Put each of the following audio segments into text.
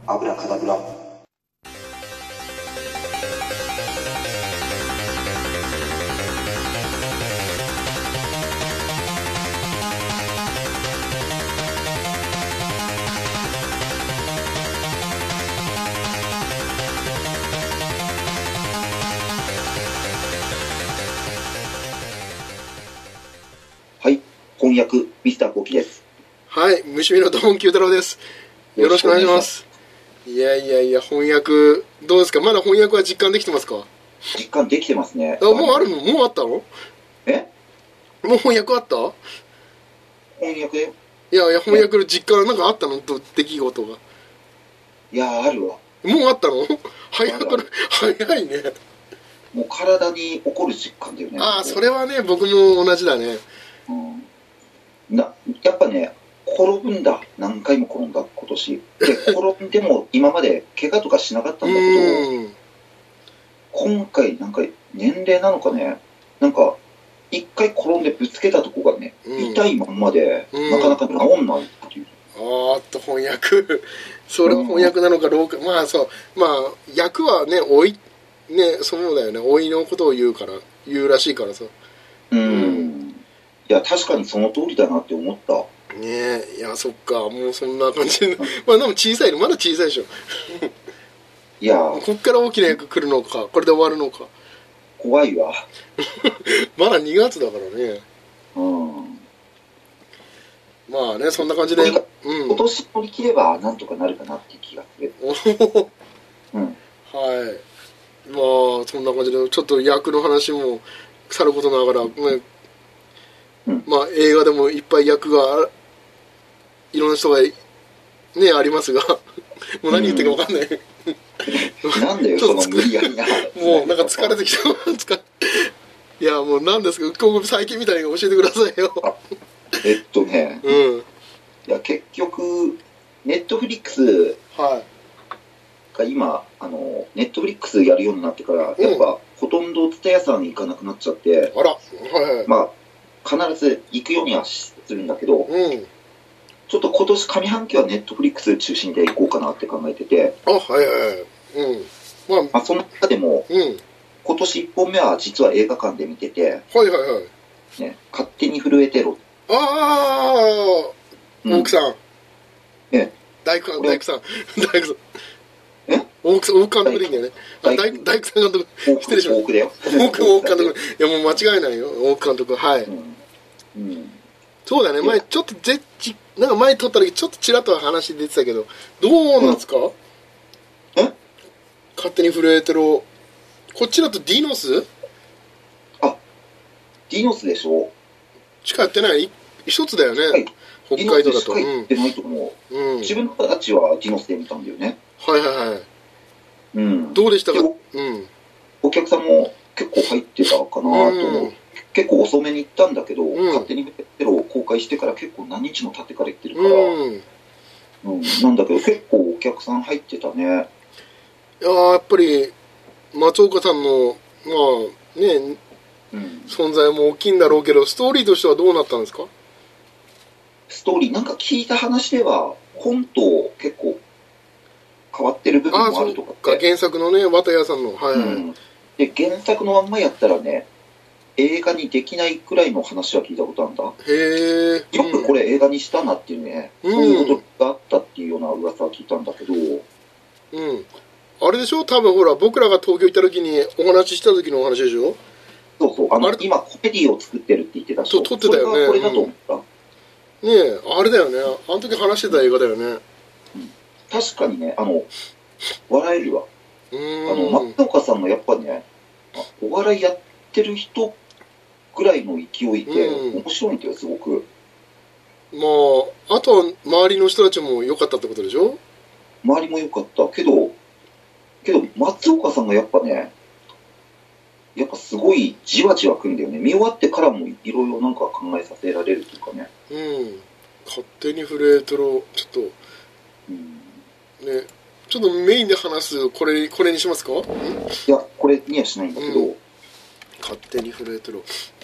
アブラカダブラ。はい、翻訳ミスターコウキです。 はい、虫見のドンキュー太郎です。よろしくお願いします。いや、翻訳どうですか？まだ翻訳は実感できてますか？ 実感できてますね。 もうあるの？もうあったの？もう翻訳あった？ 翻訳よ。 いや翻訳の実感なんかあったの？出来事が。 いやあるわ。 もうあったの？早いね。 もう体に起こる実感だよね。 ああ、それはね、僕も同じだね。 やっぱね、転ぶんだ。何回も転んだ、今年。で、転んでも今まで怪我とかしなかったんだけど、今回なんか年齢なのかね、なんか一回転んでぶつけたとこがね、痛いまんまで、なかなか治んないっていう。 翻訳。それは翻訳なのかどうか。まあそう。まあ、訳はね、そうだよね。老いのことを言うらしいからさ。 いや、確かにその通りだなって思った。 ねえ、いや、そっか、もうそんな感じで。まあでも小さいの、まだ小さいでしょ。 いやこっから大きな役来るのか、これで終わるのか。 怖いわ。 まだ2月だからね。まあね、そんな感じで。 今年乗り切ればなんとかなるかなっていう気がする。 はい。まあ、そんな感じで、ちょっと役の話もさることながら、まあ映画でもいっぱい役がいろんな人がねありますがもう何言ってるか分かんないなんだよその無理やりなもうなんか疲れてきたいやもう何ですか今後最近みたいに教えてくださいよ。 いや結局ネットフリックスが今ネットフリックスやるようになってからやっぱほとんど蔦屋さんに行かなくなっちゃってまあ必ず行くようにはするんだけど、ちょっと今年上半期はネットフリックス中心で行こうかなって考えてて、まあその中でも、今年1本目は実は映画館で見てて、ね、勝手に震えてろ。 大工さん。大工さん。大工監督でいいんだよね。大工さん監督。失礼しました。大工監督。いやもう間違いないよ。大工監督。はい。そうだね。前ちょっとなんか前撮った時ちょっとちらっと話出てたけど、どうなんですか？勝手に震えてろ。こっちだとディノス？ ディノスでしょ？ しかやってない？一つだよね。北海道だと。 ディノスしかやってないと思う。自分たちはディノスで見たんだよね。 どうでしたか？ お客さんも結構入ってたかなと思う。結構遅めに行ったんだけど、勝手にベロを公開してから結構何日も経ってから行ってるから、なんだけど結構お客さん入ってたね。 いややっぱり松岡さんの存在も大きいんだろうけど、ストーリーとしてはどうなったんですか？ ストーリーなんか聞いた話では本と結構変わってる部分もあるとかって。 原作のね綿谷さんので原作のまんまやったらね映画にできないくらいの話は聞いたことあるんだ。よくこれ映画にしたなっていうね、そういうことがあったっていうような噂は聞いたんだけど、 あれでしょ？多分ほら僕らが東京行った時にお話しした時のお話でしょ？ そう今コメディを作ってるって言ってたし、 撮ってたよね。 それがこれだと思った。 あれだよね。あの時話してた映画だよね。 確かにね笑えるわ。松岡さんがやっぱねお笑いやってる人ぐらいの勢いで面白いんだよすごく。 あとは周りの人たちも良かったってことでしょ？ 周りも良かったけど松岡さんがやっぱねすごいじわじわくんだよね。見終わってからもいろいろなんか考えさせられるというかね。 勝手に震えてろ。ちょっとねちょっとメインで話すこれにしますか？ いやこれにはしないんだけど、 勝手に震えてろ。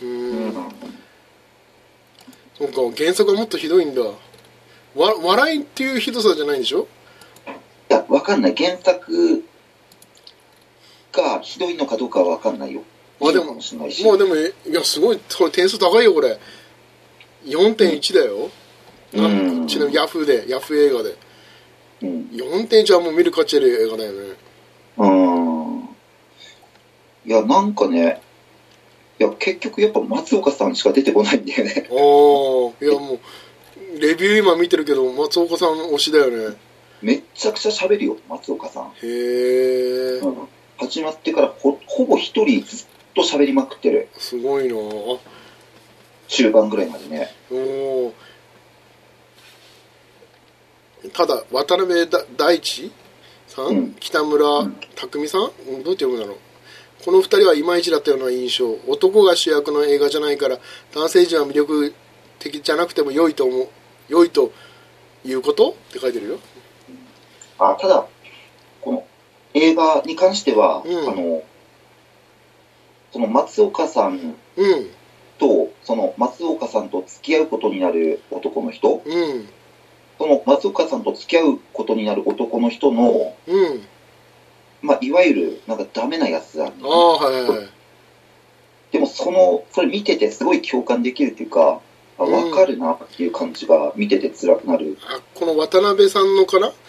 そうか原作はもっとひどいんだ。笑いっていうひどさじゃないんでしょ？ いやわかんない。原作がひどいのかどうかはわかんないよ。 でも、もうでも、いや、すごい、点数高いよ、これ。4.1 だよ。ちなみにヤフー映画で。4.1 はもう見る価値ある映画だよね。 いや、なんかね、いや、結局やっぱ松岡さんしか出てこないんだよね。いや、 もう、レビュー今見てるけど、松岡さん推しだよね。 めっちゃくちゃ喋るよ、松岡さん。 へー。 始まってからほぼ一人ずっと喋りまくってる。 すごいな。 中盤ぐらいまでね。 ただ渡辺大地さん、北村匠海さん、どうやって読むんだろう。この2人はいまいちだったような印象。男が主役の映画じゃないから男性陣は魅力的じゃなくても良いということって書いてるよ。 ただこの映画に関しては、その松岡さんと、その松岡さんと付き合うことになる男の人、その松岡さんと付き合うことになる男の人の、いわゆるなんかダメなやつだ、ね。でもそれ見ててすごい共感できるっていうか、分かるなっていう感じが見てて辛くなる。 この渡辺さんのかな、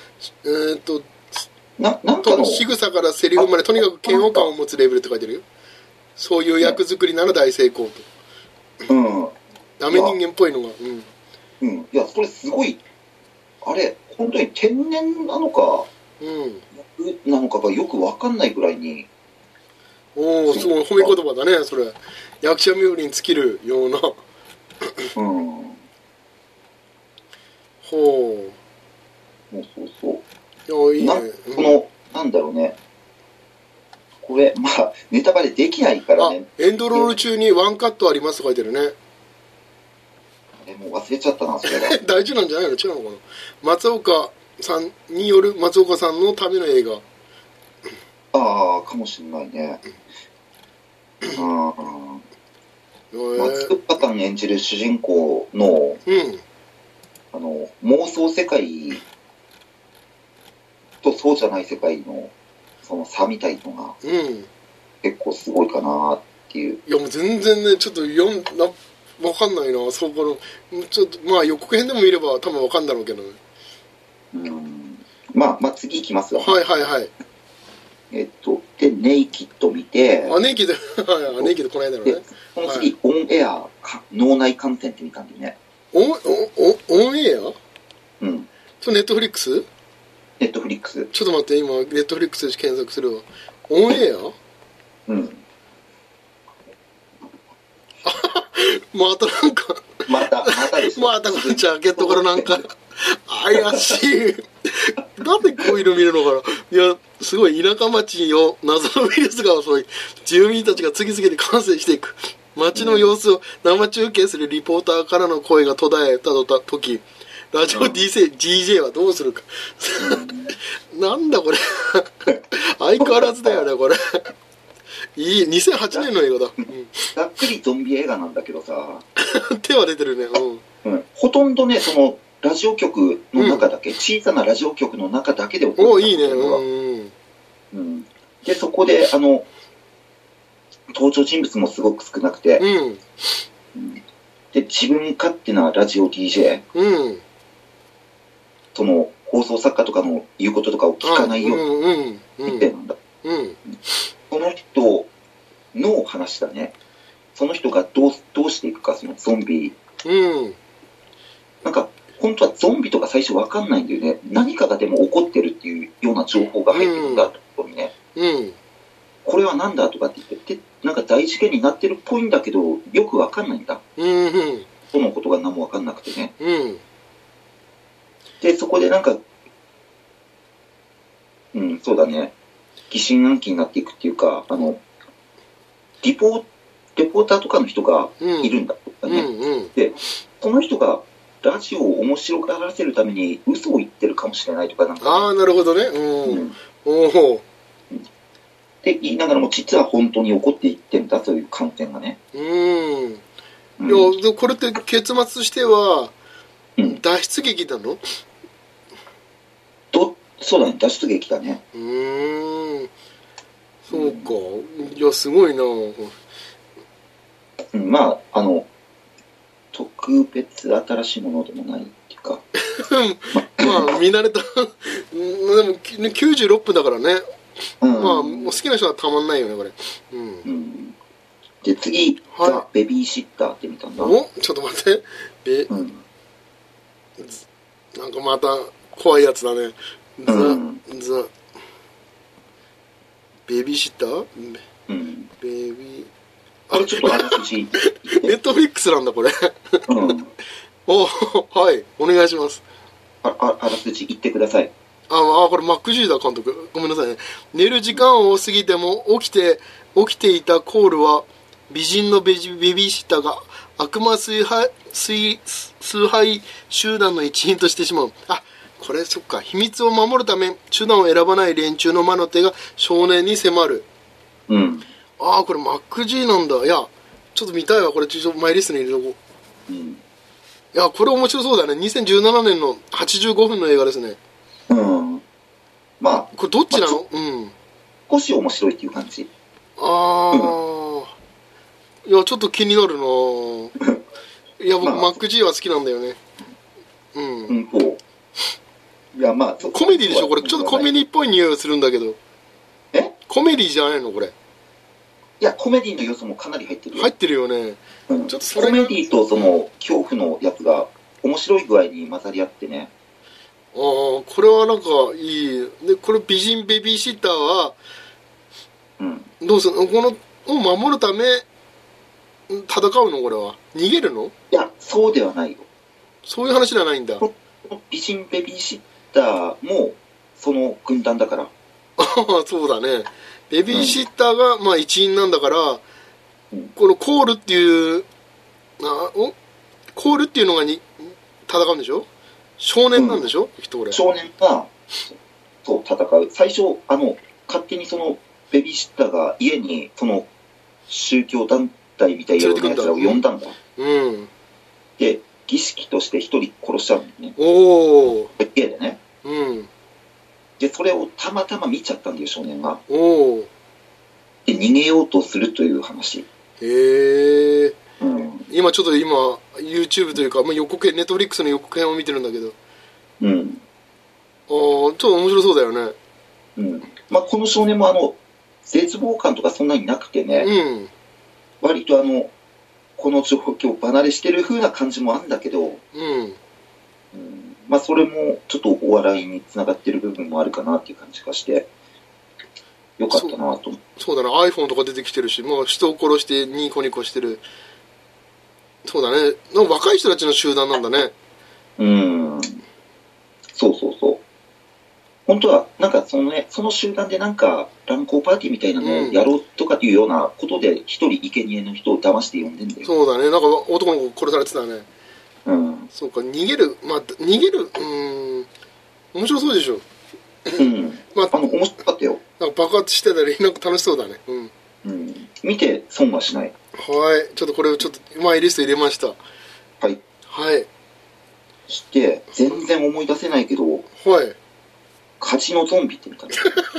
なんかの仕草からセリフまでとにかく嫌悪感を持つレベルって書いてるよ。そういう役作りなら大成功と。ダメ人間っぽいのが。 いや、それすごい、あれ、本当に天然なのか、なのかがよく分かんないぐらいに。 すごい褒め言葉だね、それ。役者冥利に尽きるような。 そう。 いいね。 なんだろうね。これ、ネタバレできないからね。 エンドロール中にワンカットありますと書いてるね。 もう忘れちゃったな、それが。 大事なんじゃないの？違うのかな。松岡さんによる松岡さんのための映画。 かもしれないね。松岡さん演じる主人公の、妄想世界とそうじゃない世界のその差みたいのが、結構すごいかなっていう。 いやもう全然ね、ちょっとわかんないな。ちょっと予告編でも見れば多分わかんだろうけどね。 次いきますわ。で、ネイキッド見て、 ネイキッド、ネイキッドこの間のね。 この次、オンエア、脳内観戦って見たんだよね。 オンエア？それネットフリックス？ ネットフリックス。 ちょっと待って、今、ネットフリックスで検索するわ。オンエア？またなんかまたでしょ。 またこのジャケットからなんか怪しい。なんでこういうの見るのかな。いや、すごい田舎町を謎のウイルスが襲い、住民たちが次々に感染していく。街の様子を生中継するリポーターからの声が途絶えた時、ラジオ DJ はどうするか。なんだこれ。相変わらずだよね、これ。2008年の映画だ。 ざっくりゾンビ映画なんだけどさ。 手は出てるね。 ほとんどね、そのラジオ局の中だけ、小さなラジオ局の中だけで起こった。 いいね。 で、そこで登場人物もすごく少なくて、で、自分勝手なラジオ DJ、その放送作家とかの言うこととかを聞かないようにみたいなんだ。その人の話だね。その人がどうしていくか、そのゾンビ。なんか本当はゾンビとか最初わかんないんだよね。何かがでも起こってるっていうような情報が入ってくるんだところにね。これはなんだとかって言って、なんか大事件になってるっぽいんだけど、よくわかんないんだ。そのことが何もわかんなくてね。で、そこでなんか、そうだね。疑心暗鬼になっていくっていうか、レポーターとかの人がいるんだとかね。で、その人がラジオを面白がらせるために嘘を言ってるかもしれないとかなんか、 ね。なるほどね。 って言いながらも実は本当に起こっていってんだという観点がね。 いや、これって結末としては、脱出劇なの？ そうだね、脱出劇だね。 そうか。いや、すごいな。 まあ、特別新しいものでもないっていうか。 まあ、見慣れた。でも、96分だからね。まあ、好きな人はたまんないよね、これ。 で、次が、ベビーシッターって見たんだ。 お、ちょっと待って。なんかまた、怖いやつだね。ベビーシッターベビー。 あれちょっとあらすじ。 ネットフリックスなんだ、これ。お、はい、お願いします。 あらすじ言ってください。 これマック・ジーだ監督。ごめんなさいね。寝る時間を過ぎても起きていたコールは、美人のベビーシッターが悪魔崇拝集団の一員としてしまう。これそっか。秘密を守るため手段を選ばない連中の魔の手が少年に迫る。これマック G なんだ。いやちょっと見たいわ。これちょっとマイリストに入れとこう。いやこれ面白そうだね。2017年の85分の映画ですね。 まあこれどっちなの？ 少し面白いっていう感じ。 いやちょっと気になるないや僕、マック G は好きなんだよね。 いやまあコメディでしょこれ。ちょっとコメディっぽい匂いがするんだけど。コメディじゃないのこれ。 いやコメディの要素もかなり入ってるよ。 入ってるよね。 ちょっとそれコメディとその恐怖のやつが面白い具合に混ざり合ってね。 これはなんかいい。でこれ美人ベビーシッターは、どうするの？このを守るため戦うの？これは逃げるの？ いやそうではないよ。 そういう話ではないんだ。 この美人ベビーシッターもその軍団だから。 そうだね。ベビーシッターが、まあ一員なんだから、このコールっていうコールっていうのが戦うんでしょ？少年なんでしょ？ 少年がそう戦う。最初勝手にそのベビーシッターが家にその宗教団体みたいなやつらを呼んだんだ。で儀式として一人殺しちゃうんだよね。家でね。でそれをたまたま見ちゃったんだよ少年が。で逃げようとするという話。今ちょっと YouTube というか、予告編、ネットフリックスの予告編を見てるんだけど。ちょっと面白そうだよね。この少年も絶望感とかそんなになくてね。割とこの状況離れしてる風な感じもあるんだけど。それもちょっとお笑いにつながってる部分もあるかなっていう感じがしてよかったなと。 そうだね。 iPhone とか出てきてるし、人を殺してニコニコしてる。そうだね。なんか若い人たちの集団なんだね。 そう本当はなんかその集団でなんか乱交パーティーみたいなのをやろうとかっていうようなことで一人生贄の人を騙して呼んでんだよ。 そうだね。なんか男の子殺されてたね。そうか、逃げる、面白そうでしょ。 面白かったよ。 なんか爆発してたり、なんか楽しそうだね。 見て損はしない。 はい、ちょっとこれをちょっとマイリスト入れました。はい。 して、全然思い出せないけど、カジノゾンビって見たの。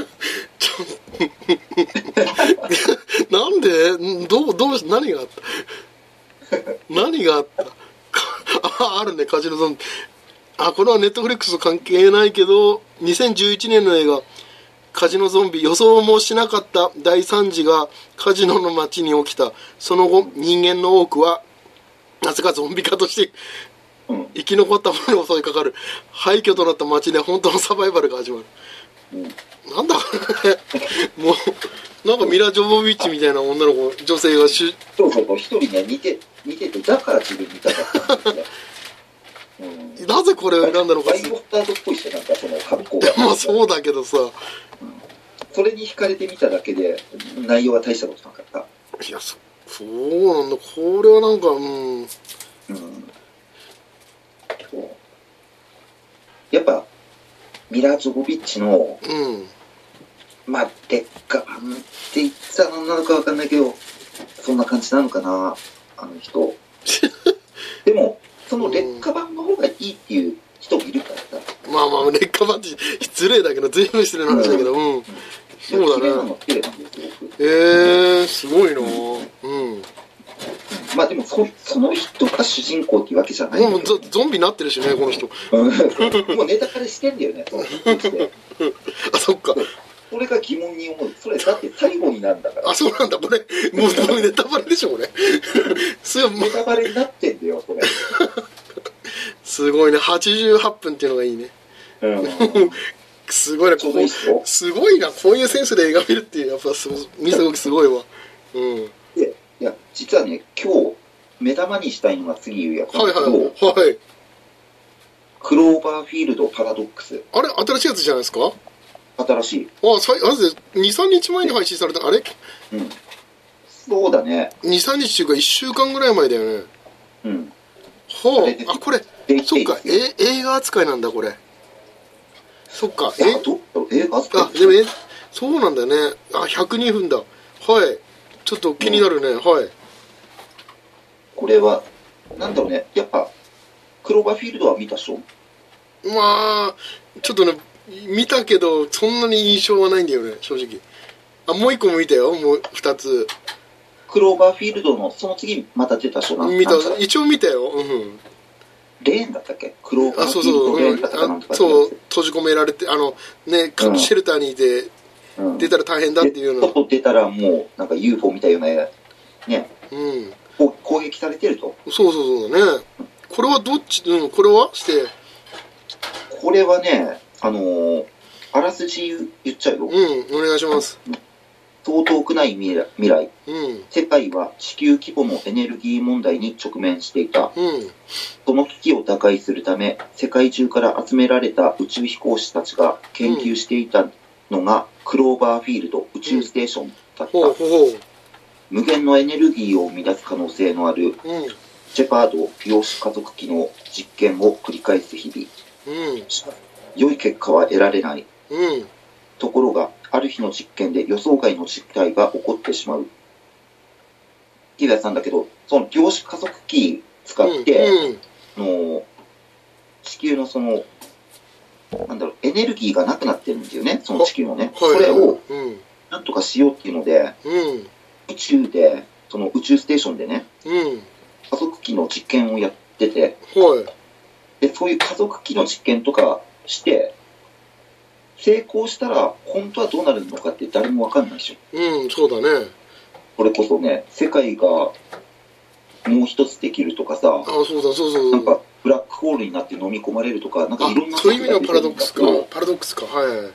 なんで何があった何があったあるね、カジノゾンビ。これはネットフリックスと関係ないけど、2011年の映画、カジノゾンビ、予想もしなかった大惨事がカジノの街に起きた。その後、人間の多くは、なぜかゾンビ化として、生き残った者に襲いかかる。廃墟となった街で本当のサバイバルが始まる。なんだこれ。もう、なんかミラ・ジョボビッチみたいな女の子、女性がそう一人ね、似てて、だから自分見たかったんですね。 なぜこれを選んだのか。 バイオスターズっぽいし、なんかその格好が。 そうだけどさ、 それに惹かれてみただけで内容は大したことなかった。 いや、そうなんだ。これはなんかそうやっぱミラ・ジョボビッチの劣化版って言ったらなのか分かんないけど、そんな感じなのかな、あの人。でもその劣化版の方がいいっていう人もいるからさ。 まあまあ劣化版って失礼だけど随分失礼な話だけど、うん、そうだね。すごいな。うん。 まあでもその人が主人公っていうわけじゃない。 もうゾンビになってるしね、この人。 もうネタバレしてんだよね、そのあ、そっか。 それが疑問に思う。それだって最後になんだから。 あ、そうなんだ、これ。もうネタバレでしょ、これ。 ネタバレになってんだよ、これ。 すごいね、88分っていうのがいいね。すごいね、すごいな、こういうセンスで描けるっていう、やっぱ見た時すごいわ。うん。 いや、実はね、今日、目玉にしたいのが次言うやつなんだけど、 はい。 クローバーフィールドパラドックス。 あれ、新しいやつじゃないですか？ 新しい。 あ、まず2、3日前に配信された、あれ？ うん。そうだね。 2、3日っていうか1週間ぐらい前だよね。 うん。 あ、これ、そっか、映画扱いなんだ、これ。そっか、 映画扱い？ でもそうなんだよね。あ、102分だ。はい。ちょっと気になるね、はい。 これは、なんだろうね、やっぱ、クローバーフィールドは見たでしょ？ まあ、ちょっとね、見たけど、そんなに印象はないんだよね、正直。あ、もう一個も見たよ、もう2つ。 クローバーフィールドの、その次また出た人見た、一応見たよ。うん。 レーンだったっけ？クローバーフィールドレーンだったかなんとか。 そう、閉じ込められて、ね、シェルターにいて、出たら大変だっていうの。 外出たらもう、なんか UFO みたいな、ね、攻撃されてると。 そうだね。これはどっち、これはして。 これはね、あらすじ言っちゃうよ。 お願いします。 そう遠くない未来、世界は地球規模のエネルギー問題に直面していた。その危機を打開するため、世界中から集められた宇宙飛行士たちが研究していたのが、クローバーフィールド宇宙ステーションだった。無限のエネルギーを生み出す可能性のある、シェパード量子家族機の実験を繰り返す日々。良い結果は得られない。ところが、ある日の実験で予想外の事態が起こってしまう。っていうやつなんだけど、その量子加速器使って、地球のエネルギーがなくなってるんですよね、その地球のね。それを、なんとかしようっていうので、宇宙で、その宇宙ステーションでね、加速器の実験をやってて、で、そういう加速器の実験とかして、成功したら本当はどうなるのかって誰も分かんないでしょ。そうだね。 これこそね、世界がもう一つできるとかさ、 そうなんかブラックホールになって飲み込まれるとか、なんかいろんなそういう意味のパラドックスか、はい。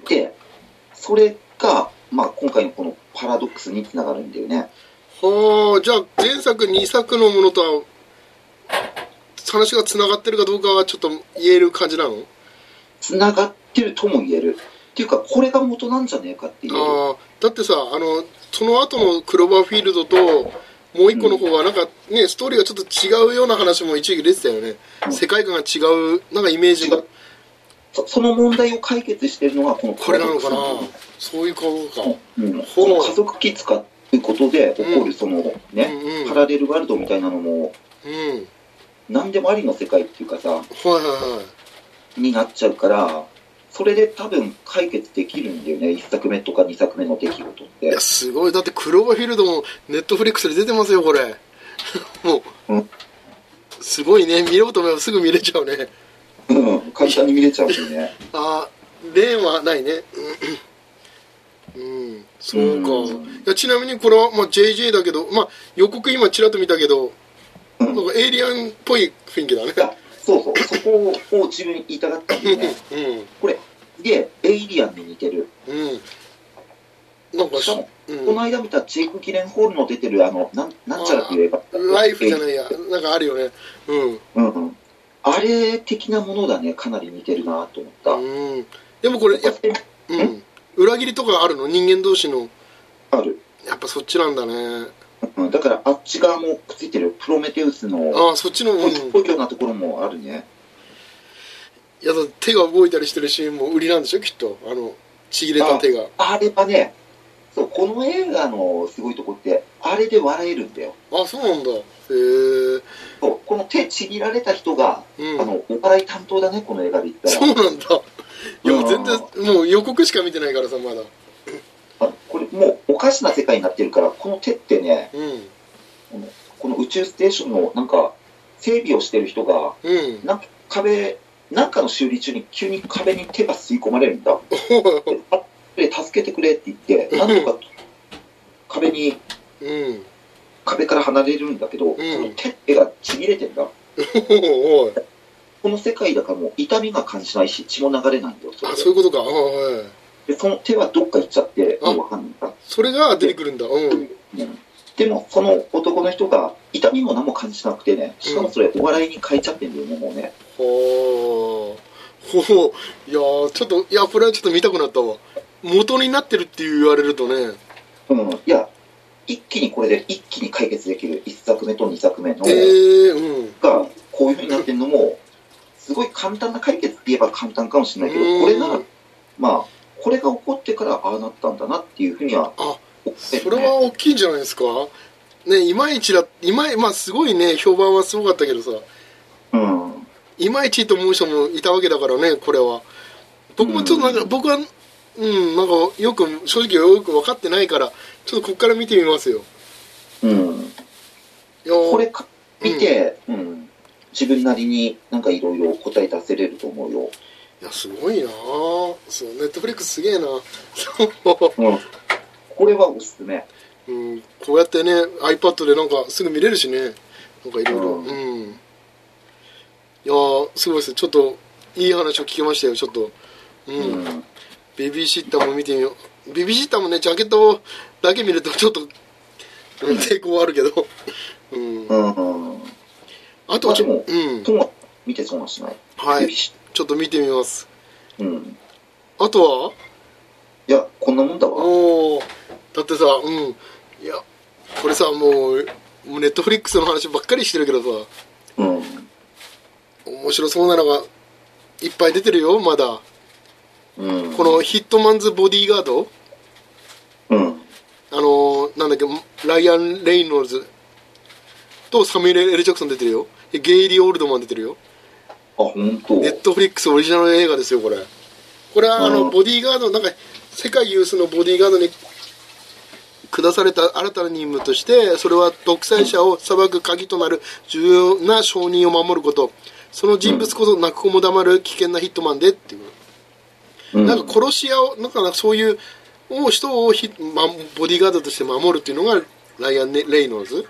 で、それが、まあ今回のこのパラドックスにつながるんだよね。 じゃあ前作2作のものとは話がつながってるかどうかはちょっと言える感じなの？ つながってるとも言えるっていうか、これが元なんじゃねえかって言える。 だってさ、その後のクローバーフィールドともう一個の方はなんかね、ストーリーがちょっと違うような話も一時出てたよね。世界観が違う、なんかイメージが。 その問題を解決してるのがこれなのかな。そういう顔か。 この加速器使うことで起こるそのね、パラレルワールドみたいなのも、何でもありの世界っていうかさ、になっちゃうから、それで多分解決できるんだよね、1作目とか2作目の出来事って。 いや、すごい。だってクローバーフィールドもネットフリックスで出てますよ、これ。もう、すごいね。見ようと思えばすぐ見れちゃうね。 簡単に見れちゃうしね。 レーンはないね。そうか。いや、ちなみにこれは、まあ、JJ だけど、まあ、予告今ちらっと見たけど、なんかエイリアンっぽい雰囲気だね。 そう、そこを自分に言いたかったんでね。これ、で、エイリアンに似てる。なんかこの間見たジェイク・ギレンホールの出てるなんちゃらって言えば。 ライフじゃないや。なんかあるよね。 あれ的なものだね、かなり似てるなと思った。 でもこれ、裏切りとかあるの？人間同士の。 ある。 やっぱそっちなんだね。 だからあっち側もくっついてるプロメテウスのそっちのポイようなところもあるね。 いや、手が動いたりしてるシーンも売りなんでしょ、きっと。ちぎれた手が。 あれはね、そう、 この映画のすごいとこって、あれで笑えるんだよ。 あ、そうなんだ。へえ。 この手ちぎられた人が、お笑い担当だね、この映画で言ったら。 そうなんだ。いや、全然、もう予告しか見てないからさ、まだ。 これ、もう、おかしな世界になってるから、この手ってね、この宇宙ステーションの、なんか、整備をしてる人が、なんかの修理中に急に壁に手が吸い込まれるんだ。で助けてくれって言って、なんとか壁から離れるんだけど、その手がちぎれてんだ。この世界だからもう痛みが感じないし、血も流れないんだよ。 あ、そういうことか。 で、その手はどっか行っちゃって、わかんないんだ。 それが出てくるんだ。 でも、その男の人が痛みも何も感じなくてね、しかもそれお笑いに変えちゃってんだよね、もうね。 いやー、ちょっと、いや、これはちょっと見たくなったわ。元になってるって言われるとね。 いや、一気に解決できる。1作目と2作目の、が、こういう風になってるのも、すごい簡単な解決って言えば簡単かもしれないけど、これなら、まあ、これが起こってからああなったんだなっていうふうには、 それは大きいんじゃないですか。ね、まあすごいね、評判はすごかったけどさ、いまいちと思う人もいたわけだからね、これは。僕もちょっとなんか、僕は、なんか正直よく分かってないから、ちょっとここから見てみますよ。 これ見て、自分なりになんかいろいろ答え出せれると思うよ。 いや、すごいなぁ。そう、ネットフリックスすげえな。 これはおすすめ。 こうやってね、iPad でなんかすぐ見れるしね。なんかいろいろ。いやー、すごいですね。ちょっと、いい話を聞きましたよ、ちょっと。ベビーシッターも見てみよう。ベビーシッターもね、ジャケットだけ見るとちょっと、抵抗あるけど。あとは見て損はしない。 はい。ちょっと見てみます。あとは？ いや、こんなもんだわ。 だってさ、いや、これさ、もうネットフリックスの話ばっかりしてるけどさ、面白そうなのがいっぱい出てるよ、まだ。このヒットマンズボディーガード、なんだっけ、ライアン・レイノルズとサミュエル・L・ジャクソン出てるよ。ゲイリー・オールドマン出てるよ。 本当。 ネットフリックスオリジナル映画ですよ、これ。これはボディーガード、なんか世界有数のボディーガードに下された新たな任務として、それは独裁者を裁く鍵となる重要な証人を守ること。その人物こそ泣く子も黙る危険なヒットマンでっていう。なんか殺し屋を、なんかそういう人をボディーガードとして守るっていうのがライアン・レイノルズ。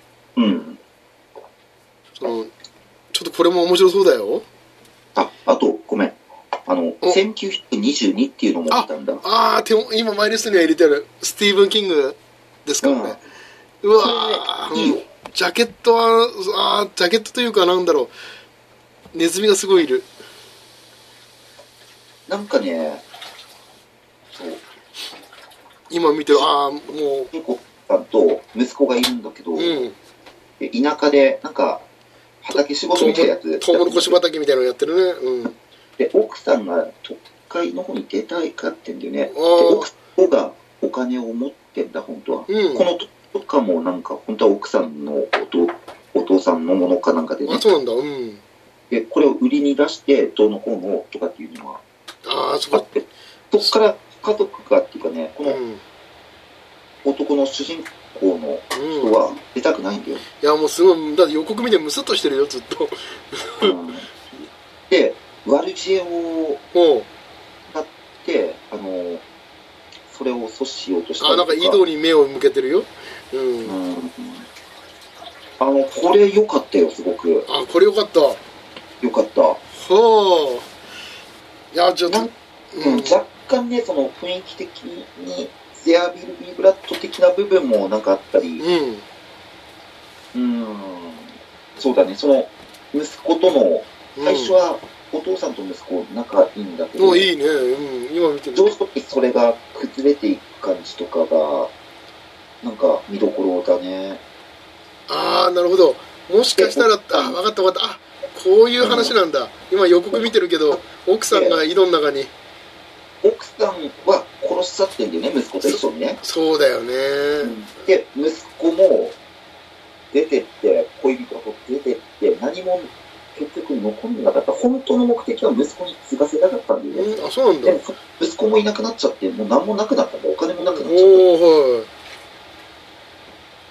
ちょっとこれも面白そうだよ。 あと、ごめん。1922っていうのも見たんだ。 今マイリストには入れてある。スティーブン・キングですからね。うわー、いいよ。ジャケットは、ジャケットというかなんだろう。ネズミがすごいいる。 なんかね、そう。 今見てる、もう。 ピコさんと息子がいるんだけど、田舎で、なんか、畑仕事みたいなやつ。 トウモロコシ畑みたいなのやってるね。 で、奥さんが都会の方に出たいかってんだよね。で、奥さんがお金を持ってんだ、本当は。このとかもなんか、本当は奥さんのお父さんのものかなんかでね。 そうなんだ。 で、これを売りに出して、どうのこうのとかっていうのがあって、そっから家族がっていうかね、この男の主人公の人は出たくないんだよ。 いや、もうすごい、だって予告見てムスッとしてるよ、ずっと。 で、悪知恵を使って、それを阻止しようとしたりとか。 なんか井戸に目を向けてるよ。 これ良かったよ、すごく。 これ良かった。 良かった。 いや、ちょっと。 若干ね、その雰囲気的に、ゼア・ビル・ビー・ブラッド的な部分もなんかあったり、そうだね、その、息子との、最初はお父さんと息子仲いいんだけど、 いいね、今見てる。 上手にそれが崩れていく感じとかが、なんか見どころだね。 なるほど。もしかしたら、分かった分かった。こういう話なんだ。今予告見てるけど、奥さんが井戸の中に。 奥さんは殺しちゃってんだよね、息子と一緒にね。 そうだよね、 で、息子も出てって、恋人と出てって、何も結局残んなかった。本当の目的は息子に継がせたかったんだよね。 あ、そうなんだ。 でも息子もいなくなっちゃって、もう何もなくなったんだ。お金もなくなっちゃった。はい。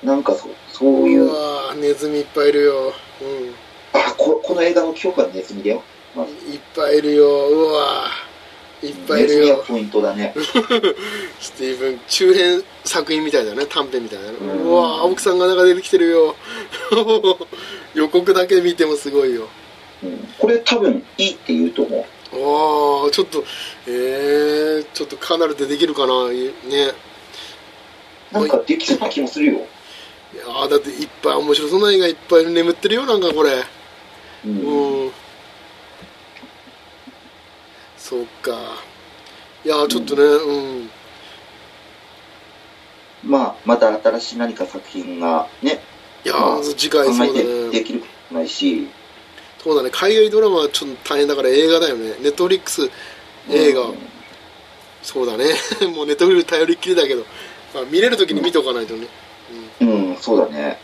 なんかそういう。 うわネズミいっぱいいるよ。 この映画の記憶はネズミだよ。 いっぱいいるよ。うわいっぱいいるよ。 ネズミはポイントだね。 スティーブン中編作品みたいだね、短編みたいなね。うわ奥さんが中出てきてるよ。予告だけ見てもすごいよ。 これ多分いいって言うと思う。 ああちょっとちょっとカナルでできるかなね。 なんかできそうな気もするよ。 いやだっていっぱい面白そうな映画いっぱい眠ってるよ、なんかこれ。そうか。いやちょっとね、 また新しい何か作品がね、 いや次回そうだね、 できることないし。 そうだね、海外ドラマはちょっと大変だから映画だよね。ネットフリックス映画、そうだね。もうネットフリックス頼りっきりだけど、見れるときに見ておかないとね。 そうだね。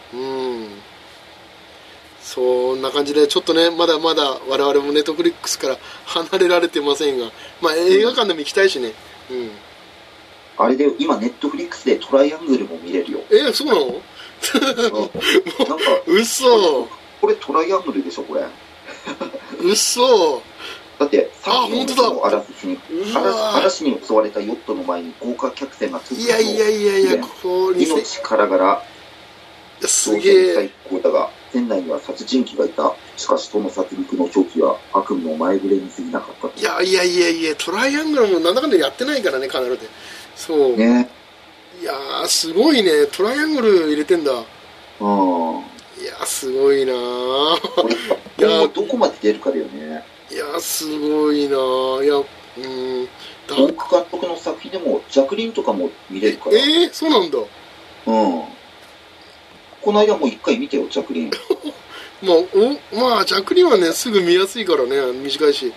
そんな感じでちょっとね、まだまだ我々もネットフリックスから離れられてませんが、映画館でも行きたいしね。 あれで今ネットフリックスでトライアングルも見れるよ。 そうなの？ なんか嘘。 これトライアングルでしょこれ。 嘘。 だって本当だ。 嵐に襲われたヨットの前に豪華客船がいや命からがらすげえ最高だが船内には殺人鬼がいた。しかしその殺戮の狂気は悪夢の前触れに過ぎなかった。 いやトライアングルもなんだかんだやってないからね、カナルで。そうね。いやすごいね、トライアングル入れてんだ。いやすごいな。 いやどこまで出るかだよね。 いやすごいな。いや大久監督の作品でもジャクリンとかも見れるから。 そうなんだ。 この間も一回見てよ、ジャクリン。 まあジャクリンはねすぐ見やすいからね、短いし。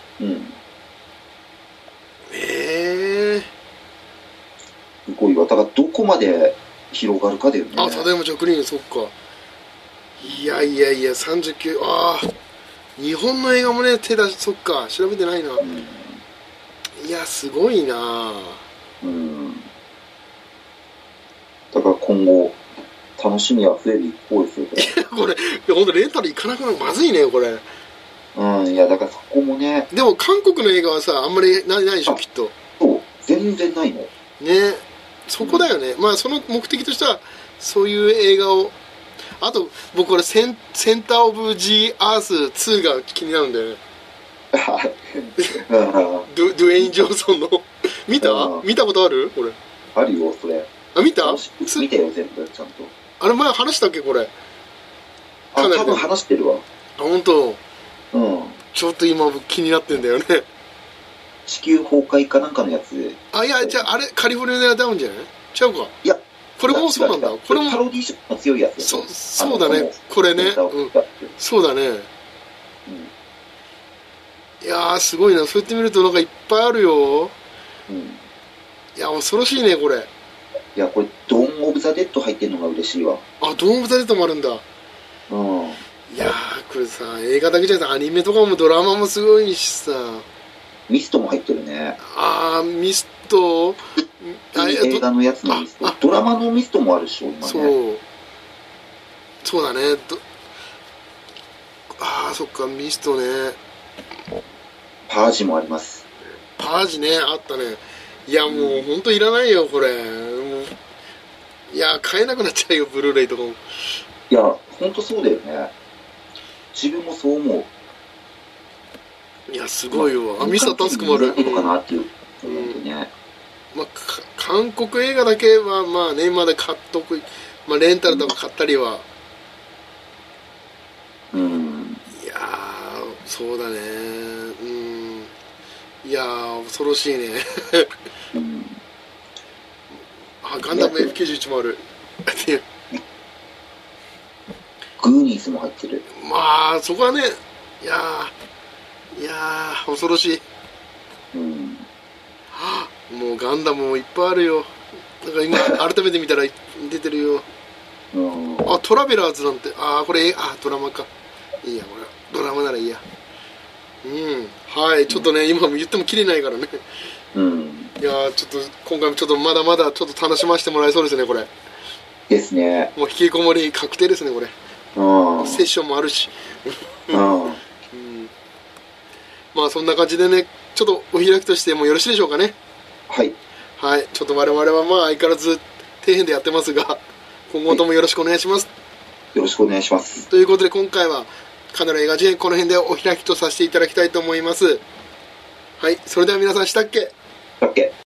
すごいわ。だからどこまで広がるかだよね。 ただいまジャクリン、そっか。いや39。日本の映画もね手出し、そっか調べてないな。いやすごいな。 だから今後楽しみは増える一方ですよ。 これ本当レンタル行かなくなるのまずいねこれ。 いやだからそこもね。 でも韓国の映画はさあんまりないでしょきっと。 そう全然ないのね。そこだよね。その目的としてはそういう映画を。あと僕これセンターオブジーアース2が気になるんだよね。ドゥエイン・ジョンソンの見たことある？これあるよそれ。 見た？ 見てよ全部ちゃんと。 あれ前話したっけこれ？ 多分話してるわ。 本当。ちょっと今気になってんだよね。 地球崩壊かなんかのやつ。 いやじゃああれカリフォルニアダウンじゃない？違うか。いやこれもそうなんだ。これもパロディ色の強いやつ。 そうだね。これね。そうだね。いやすごいな。そうやって見るとなんかいっぱいあるよ。いや恐ろしいねこれ。 いやこれドーン・オブ・ザ・デッド入ってるのが嬉しいわ。 ドーン・オブ・ザ・デッドもあるんだ。いやこれさ映画だけじゃなくてアニメとかもドラマもすごいしさ。 ミストも入ってるね。 ミスト。 映画のやつのミスト。ドラマのミストもあるでしょ今ね。 そうだね。そっかミストね。 パージもあります。 パージねあったね。いやもう本当いらないよこれ。いや買えなくなっちゃうよブルーレイとかも。 いや本当そうだよね。自分もそう思う。 いやすごいわ。ミスタータスクもある。 かなっていうね。 韓国映画だけはまだ買っとく。レンタルとか買ったりは。いやそうだね。いや恐ろしいね。ガンダム F91 もある。 グーニーズも入ってる。 そこはねいや恐ろしい。 もうガンダムもいっぱいあるよ。なんか今改めて見たら出てるよ。あ、トラベラーズなんて、これドラマか。いいや、これドラマならいいや。はい、ちょっとね、今も言ってもきりないからね。いやちょっと今回もちょっとまだまだちょっと楽しませてもらえそうですね、これ。 ですね。 もう引きこもり確定ですね、これ。セッションもあるし。まあそんな感じでね、ちょっとお開きとしてもよろしいでしょうかね。 はい。 はい、ちょっと我々はまあ相変わらず底辺でやってますが、今後ともよろしくお願いします。 よろしくお願いします。 ということで今回はカナダ映画事変この辺でお開きとさせていただきたいと思います。はい、それでは皆さんしたっけ？